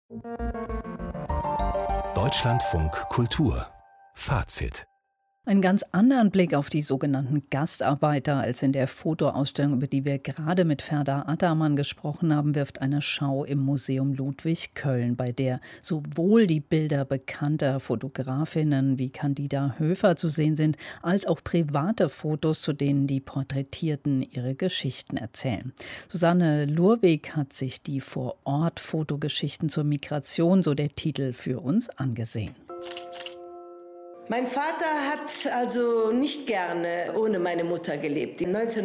Deutschlandfunk Kultur Fazit. Einen ganz anderen Blick auf die sogenannten Gastarbeiter als in der Fotoausstellung, über die wir gerade mit Ferda Ataman gesprochen haben, wirft eine Schau im Museum Ludwig Kölln, bei der sowohl die Bilder bekannter Fotografinnen wie Candida Höfer zu sehen sind, als auch private Fotos, zu denen die Porträtierten ihre Geschichten erzählen. Susanne Lurwig hat sich die Vor-Ort-Fotogeschichten zur Migration, so der Titel, für uns angesehen. Mein Vater hat also nicht gerne ohne meine Mutter gelebt.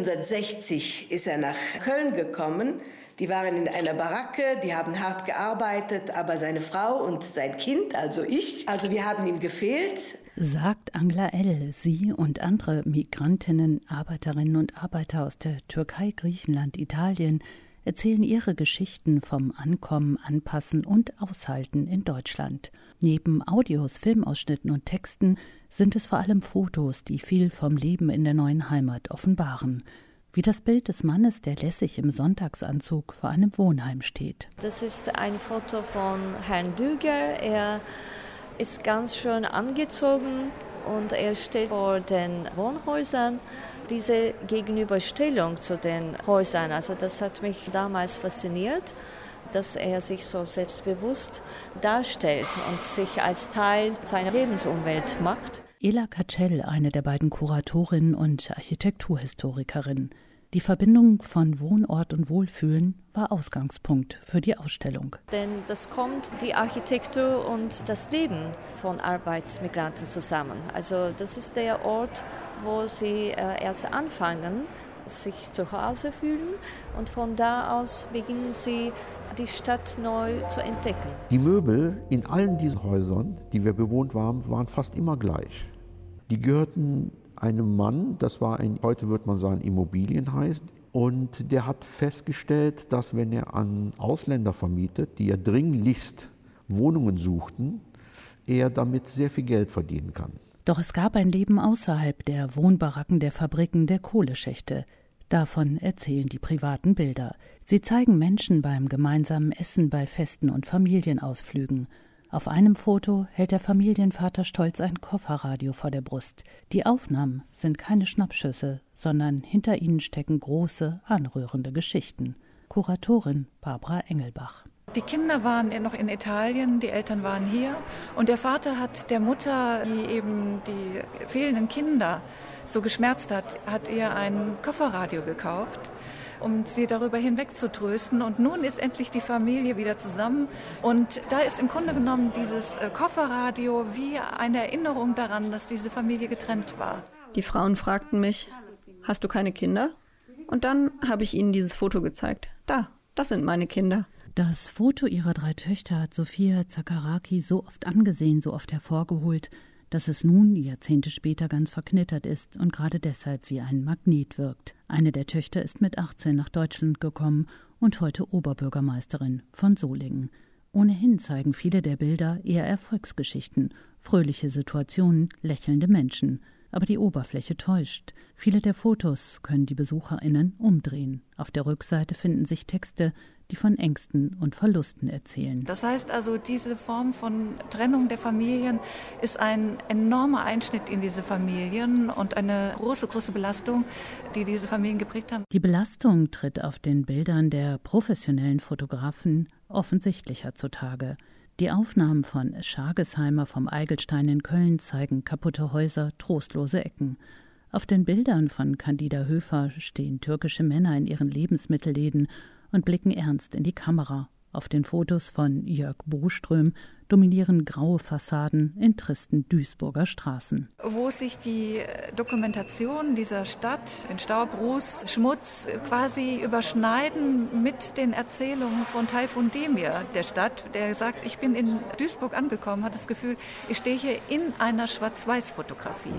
1960 ist er nach Köln gekommen. Die waren in einer Baracke, die haben hart gearbeitet, aber seine Frau und sein Kind, also ich, wir haben ihm gefehlt. Sagt Angela L. Sie und andere Migrantinnen, Arbeiterinnen und Arbeiter aus der Türkei, Griechenland, Italien erzählen ihre Geschichten vom Ankommen, Anpassen und Aushalten in Deutschland. Neben Audios, Filmausschnitten und Texten sind es vor allem Fotos, die viel vom Leben in der neuen Heimat offenbaren. Wie das Bild des Mannes, der lässig im Sonntagsanzug vor einem Wohnheim steht. Das ist ein Foto von Herrn Düger. Er ist ganz schön angezogen und er steht vor den Wohnhäusern. Diese Gegenüberstellung zu den Häusern, das hat mich damals fasziniert, dass er sich so selbstbewusst darstellt und sich als Teil seiner Lebensumwelt macht. Ela Katschel, eine der beiden Kuratorinnen und Architekturhistorikerin. Die Verbindung von Wohnort und Wohlfühlen war Ausgangspunkt für die Ausstellung. Denn das kommt die Architektur und das Leben von Arbeitsmigranten zusammen. Also das ist der Ort, wo sie erst anfangen, sich zu Hause fühlen und von da aus beginnen sie, die Stadt neu zu entdecken. Die Möbel in allen diesen Häusern, die wir bewohnt haben, waren fast immer gleich. Die gehörten einem Mann, das war heute würde man sagen Immobilien heißt, und der hat festgestellt, dass wenn er an Ausländer vermietet, die ja dringlichst Wohnungen suchten, er damit sehr viel Geld verdienen kann. Doch es gab ein Leben außerhalb der Wohnbaracken, der Fabriken, der Kohleschächte. Davon erzählen die privaten Bilder. Sie zeigen Menschen beim gemeinsamen Essen, bei Festen und Familienausflügen. Auf einem Foto hält der Familienvater stolz ein Kofferradio vor der Brust. Die Aufnahmen sind keine Schnappschüsse, sondern hinter ihnen stecken große, anrührende Geschichten. Kuratorin Barbara Engelbach. Die Kinder waren noch in Italien, die Eltern waren hier und der Vater hat der Mutter, die eben die fehlenden Kinder so geschmerzt hat ihr ein Kofferradio gekauft, um sie darüber hinweg zu trösten. Und nun ist endlich die Familie wieder zusammen. Und da ist im Grunde genommen dieses Kofferradio wie eine Erinnerung daran, dass diese Familie getrennt war. Die Frauen fragten mich, hast du keine Kinder? Und dann habe ich ihnen dieses Foto gezeigt. Das sind meine Kinder. Das Foto ihrer 3 Töchter hat Sophia Zakaraki so oft angesehen, so oft hervorgeholt, dass es nun, Jahrzehnte später, ganz verknittert ist und gerade deshalb wie ein Magnet wirkt. Eine der Töchter ist mit 18 nach Deutschland gekommen und heute Oberbürgermeisterin von Solingen. Ohnehin zeigen viele der Bilder eher Erfolgsgeschichten, fröhliche Situationen, lächelnde Menschen. Aber die Oberfläche täuscht. Viele der Fotos können die BesucherInnen umdrehen. Auf der Rückseite finden sich Texte, die von Ängsten und Verlusten erzählen. Das heißt also, diese Form von Trennung der Familien ist ein enormer Einschnitt in diese Familien und eine große, große Belastung, die diese Familien geprägt haben. Die Belastung tritt auf den Bildern der professionellen Fotografen offensichtlicher zutage. Die Aufnahmen von Schargesheimer vom Eigelstein in Köln zeigen kaputte Häuser, trostlose Ecken. Auf den Bildern von Candida Höfer stehen türkische Männer in ihren Lebensmittelläden und blicken ernst in die Kamera. Auf den Fotos von Jörg Boström dominieren graue Fassaden in tristen Duisburger Straßen. Wo sich die Dokumentation dieser Stadt in Staub, Ruß, Schmutz quasi überschneiden mit den Erzählungen von Tayfun Demir, der Stadt, der sagt, ich bin in Duisburg angekommen, hat das Gefühl, ich stehe hier in einer Schwarz-Weiß-Fotografie.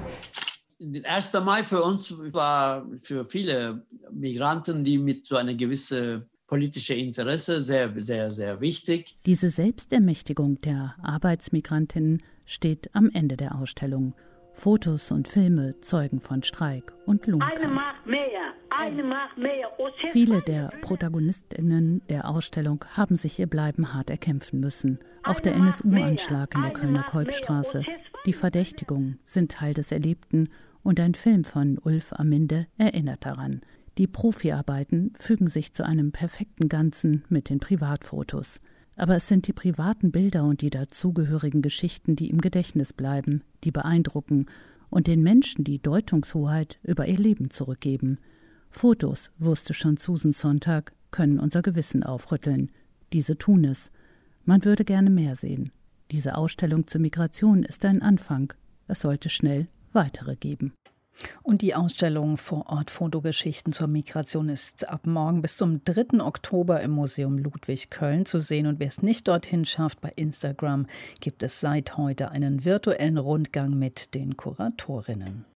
Der 1. Mai für uns war für viele Migranten, die mit so einer gewissen politische Interesse sehr, sehr, sehr wichtig. Diese Selbstermächtigung der Arbeitsmigrantinnen steht am Ende der Ausstellung. Fotos und Filme zeugen von Streik und Lohnkampf. Eine macht mehr. Viele der ProtagonistInnen der Ausstellung haben sich ihr Bleiben hart erkämpfen müssen. Auch der NSU-Anschlag in der Kölner Kolbstraße. Die Verdächtigungen sind Teil des Erlebten und ein Film von Ulf Aminde erinnert daran. Die Profiarbeiten fügen sich zu einem perfekten Ganzen mit den Privatfotos. Aber es sind die privaten Bilder und die dazugehörigen Geschichten, die im Gedächtnis bleiben, die beeindrucken und den Menschen die Deutungshoheit über ihr Leben zurückgeben. Fotos, wusste schon Susan Sontag, können unser Gewissen aufrütteln. Diese tun es. Man würde gerne mehr sehen. Diese Ausstellung zur Migration ist ein Anfang. Es sollte schnell weitere geben. Und die Ausstellung vor Ort Fotogeschichten zur Migration ist ab morgen bis zum 3. Oktober im Museum Ludwig Köln zu sehen. Und wer es nicht dorthin schafft, bei Instagram gibt es seit heute einen virtuellen Rundgang mit den Kuratorinnen.